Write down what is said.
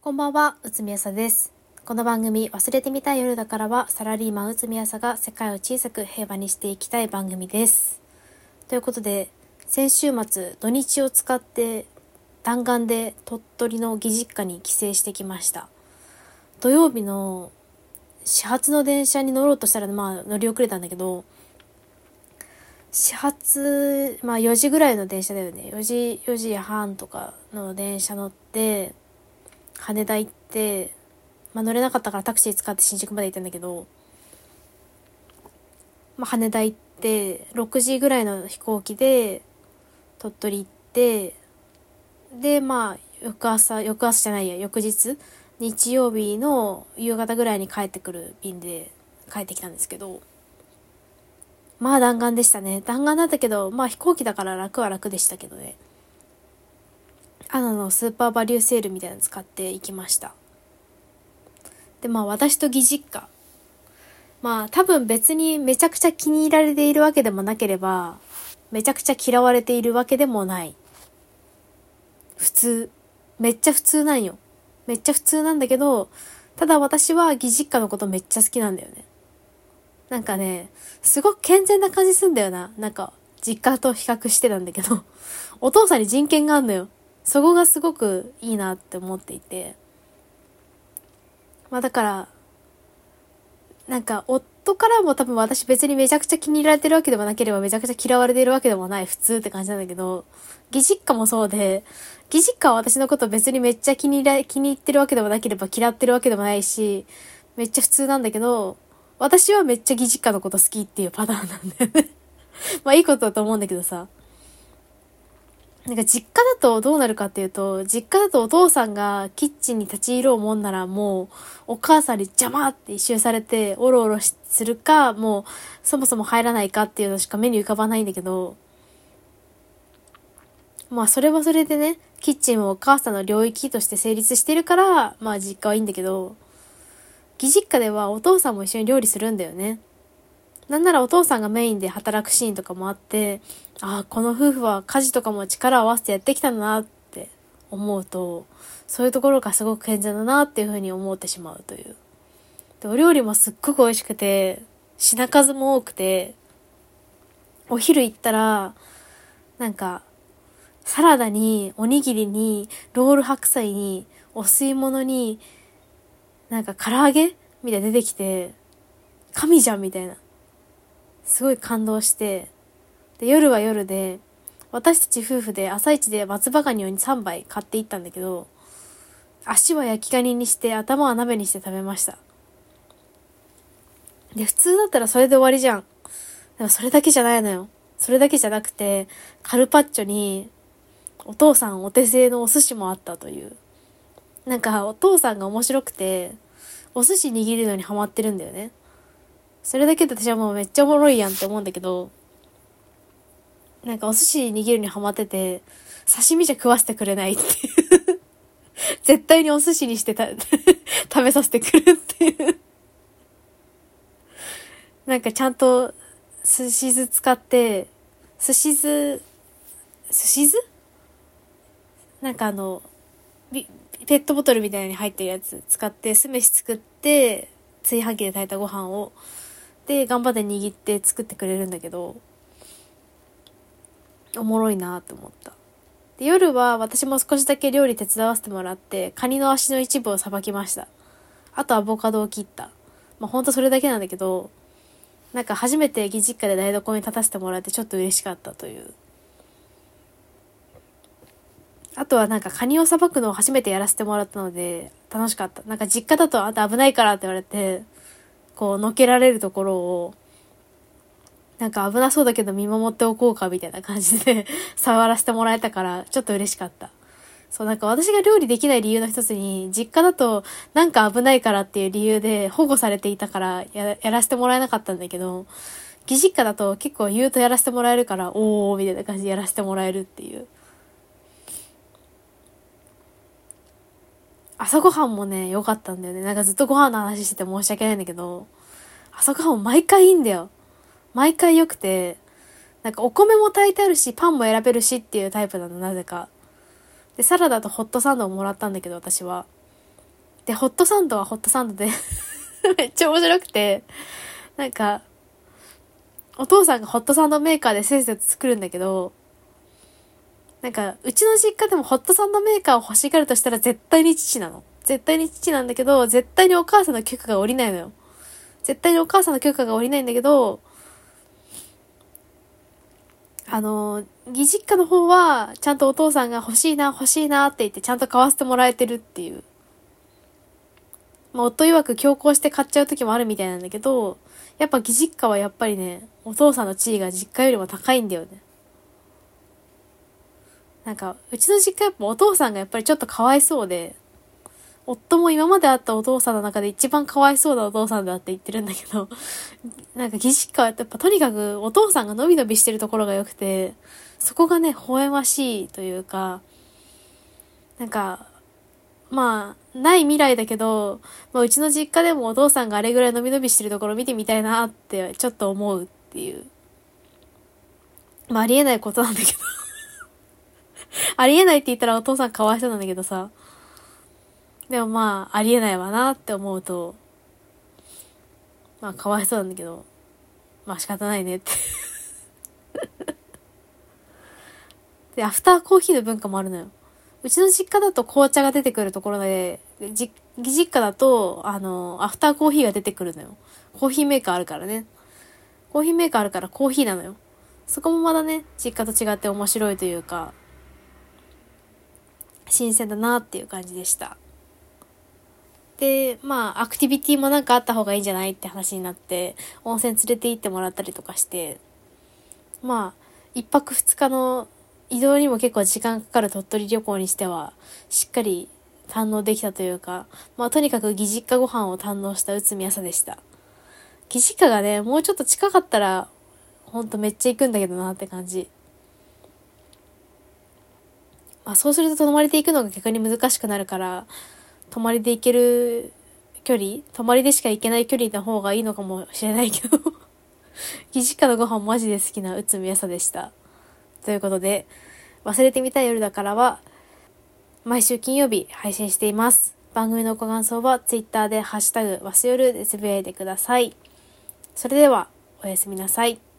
こんばんは、内海朝です。この番組、忘れてみたい夜だからは、サラリーマン内海朝が世界を小さく平和にしていきたい番組です。ということで、先週末、土日を使って弾丸で鳥取の義実家に帰省してきました。土曜日の始発の電車に乗ろうとしたら、乗り遅れたんだけど、始発、4時ぐらいの電車だよね。4時半とかの電車乗って、羽田行って、乗れなかったからタクシー使って新宿まで行ったんだけど、羽田行って、6時ぐらいの飛行機で鳥取行って、で、翌日、日曜日の夕方ぐらいに帰ってくる便で帰ってきたんですけど、弾丸でしたね。弾丸だったけど、飛行機だから楽は楽でしたけどね。アナのスーパーバリューセールみたいなの使って行きました。で、私と義実家。多分別にめちゃくちゃ気に入られているわけでもなければ、めちゃくちゃ嫌われているわけでもない。普通。めっちゃ普通なんよ。めっちゃ普通なんだけど、ただ私は義実家のことめっちゃ好きなんだよね。なんかね、すごく健全な感じすんだよな。なんか、実家と比較してなんだけど、お父さんに人権があんのよ。そこがすごくいいなって思っていて。だから、なんか、夫からも多分私別にめちゃくちゃ気に入られてるわけでもなければめちゃくちゃ嫌われているわけでもない普通って感じなんだけど、義実家もそうで、義実家は私のこと別にめっちゃ気に入ってるわけでもなければ嫌ってるわけでもないし、めっちゃ普通なんだけど、私はめっちゃ義実家のこと好きっていうパターンなんだよね。いいことだと思うんだけどさ。なんか実家だとどうなるかっていうと、実家だとお父さんがキッチンに立ち入ろうもんならもうお母さんに邪魔って一周されておろおろするか、もうそもそも入らないかっていうのしか目に浮かばないんだけど、それはそれでね、キッチンもお母さんの領域として成立してるから、実家はいいんだけど、義実家ではお父さんも一緒に料理するんだよね。なんならお父さんがメインで働くシーンとかもあって、この夫婦は家事とかも力を合わせてやってきたんだなって思うと、そういうところがすごく健全だなっていうふうに思ってしまうという。で、お料理もすっごく美味しくて、品数も多くて、お昼行ったら、なんか、サラダに、おにぎりに、ロール白菜に、お吸い物に、なんか唐揚げみたいな出てきて、神じゃんみたいな。すごい感動して、で、夜は夜で、私たち夫婦で朝一で松葉ガニを3杯買っていったんだけど、足は焼きガニにして頭は鍋にして食べました。で、普通だったらそれで終わりじゃん。でもそれだけじゃないのよ。それだけじゃなくて、カルパッチョに、お父さんお手製のお寿司もあったという。なんか、お父さんが面白くて、お寿司握るのにハマってるんだよね。それだけで私はもうめっちゃおもろいやんって思うんだけど、なんかお寿司握るにハマってて、刺身じゃ食わせてくれないっていう。絶対にお寿司にして食べさせてくるっていう。なんかちゃんと寿司酢使って、寿司酢なんかペットボトルみたいに入ってるやつ使って酢飯作って、炊飯器で炊いたご飯を、で、頑張って握って作ってくれるんだけど、おもろいなと思った。で、夜は私も少しだけ料理手伝わせてもらって、カニの足の一部をさばきました。あとアボカドを切った。ほんとそれだけなんだけど、なんか初めて義実家で台所に立たせてもらってちょっと嬉しかったという。あとはなんかカニをさばくのを初めてやらせてもらったので楽しかった。なんか実家だとあんた危ないからって言われて、こう乗っけられるところを、なんか危なそうだけど見守っておこうかみたいな感じで触らせてもらえたからちょっと嬉しかった。そう、なんか私が料理できない理由の一つに、実家だとなんか危ないからっていう理由で保護されていたからやらせてもらえなかったんだけど、義実家だと結構言うとやらせてもらえるから、おーみたいな感じでやらせてもらえるっていう。朝ごはんもね、良かったんだよね。なんかずっとご飯の話してて申し訳ないんだけど、朝ごはん毎回いいんだよ。毎回良くて、なんかお米も炊いてあるし、パンも選べるしっていうタイプなの、なぜか。で、サラダとホットサンドをもらったんだけど、私は。 で、ホットサンドはホットサンドでめっちゃ面白くて、なんか、お父さんがホットサンドメーカーでせっせと作るんだけど、なんか、うちの実家でもホットサンドメーカーを欲しがるとしたら絶対に父なの。絶対に父なんだけど、絶対にお母さんの許可が下りないのよ。絶対にお母さんの許可が下りないんだけど、義実家の方は、ちゃんとお父さんが欲しいなって言ってちゃんと買わせてもらえてるっていう。まあ、夫曰く強行して買っちゃう時もあるみたいなんだけど、やっぱ義実家はやっぱりね、お父さんの地位が実家よりも高いんだよね。なんか、うちの実家やっぱお父さんがやっぱりちょっとかわいそうで、夫も今まで会ったお父さんの中で一番かわいそうなお父さんだって言ってるんだけど、なんか義実家はやっぱとにかくお父さんがのびのびしてるところが良くて、そこがね、微笑ましいというか、なんか、まあ、ない未来だけど、まあ、うちの実家でもお父さんがあれぐらいのびのびしてるところ見てみたいなってちょっと思うっていう。まあ、ありえないことなんだけど。ありえないって言ったらお父さんかわいそうなんだけどさ。でもまあ、ありえないわなって思うと、まあ、かわいそうなんだけど、まあ仕方ないねってで、アフターコーヒーの文化もあるのよ。うちの実家だと紅茶が出てくるところで、義実家だと、アフターコーヒーが出てくるのよ。コーヒーメーカーあるからね。コーヒーメーカーあるからコーヒーなのよ。そこもまだね、実家と違って面白いというか、新鮮だなっていう感じでした。で、まあ、アクティビティもなんかあった方がいいんじゃないって話になって、温泉連れて行ってもらったりとかして、まあ、一泊二日の移動にも結構時間かかる鳥取旅行にしては、しっかり堪能できたというか、まあとにかく義実家ご飯を堪能した内海朝でした。義実家がね、もうちょっと近かったら、ほんとめっちゃ行くんだけどなって感じ。まあそうすると泊まりで行くのが逆に難しくなるから、泊まりで行ける距離、泊まりでしか行けない距離の方がいいのかもしれないけど義実家のご飯マジで好きな内海朝でした。ということで、忘れてみたい夜だからは、毎週金曜日配信しています。番組のご感想は Twitter でハッシュタグわすよるでつぶやいてください。それでは、おやすみなさい。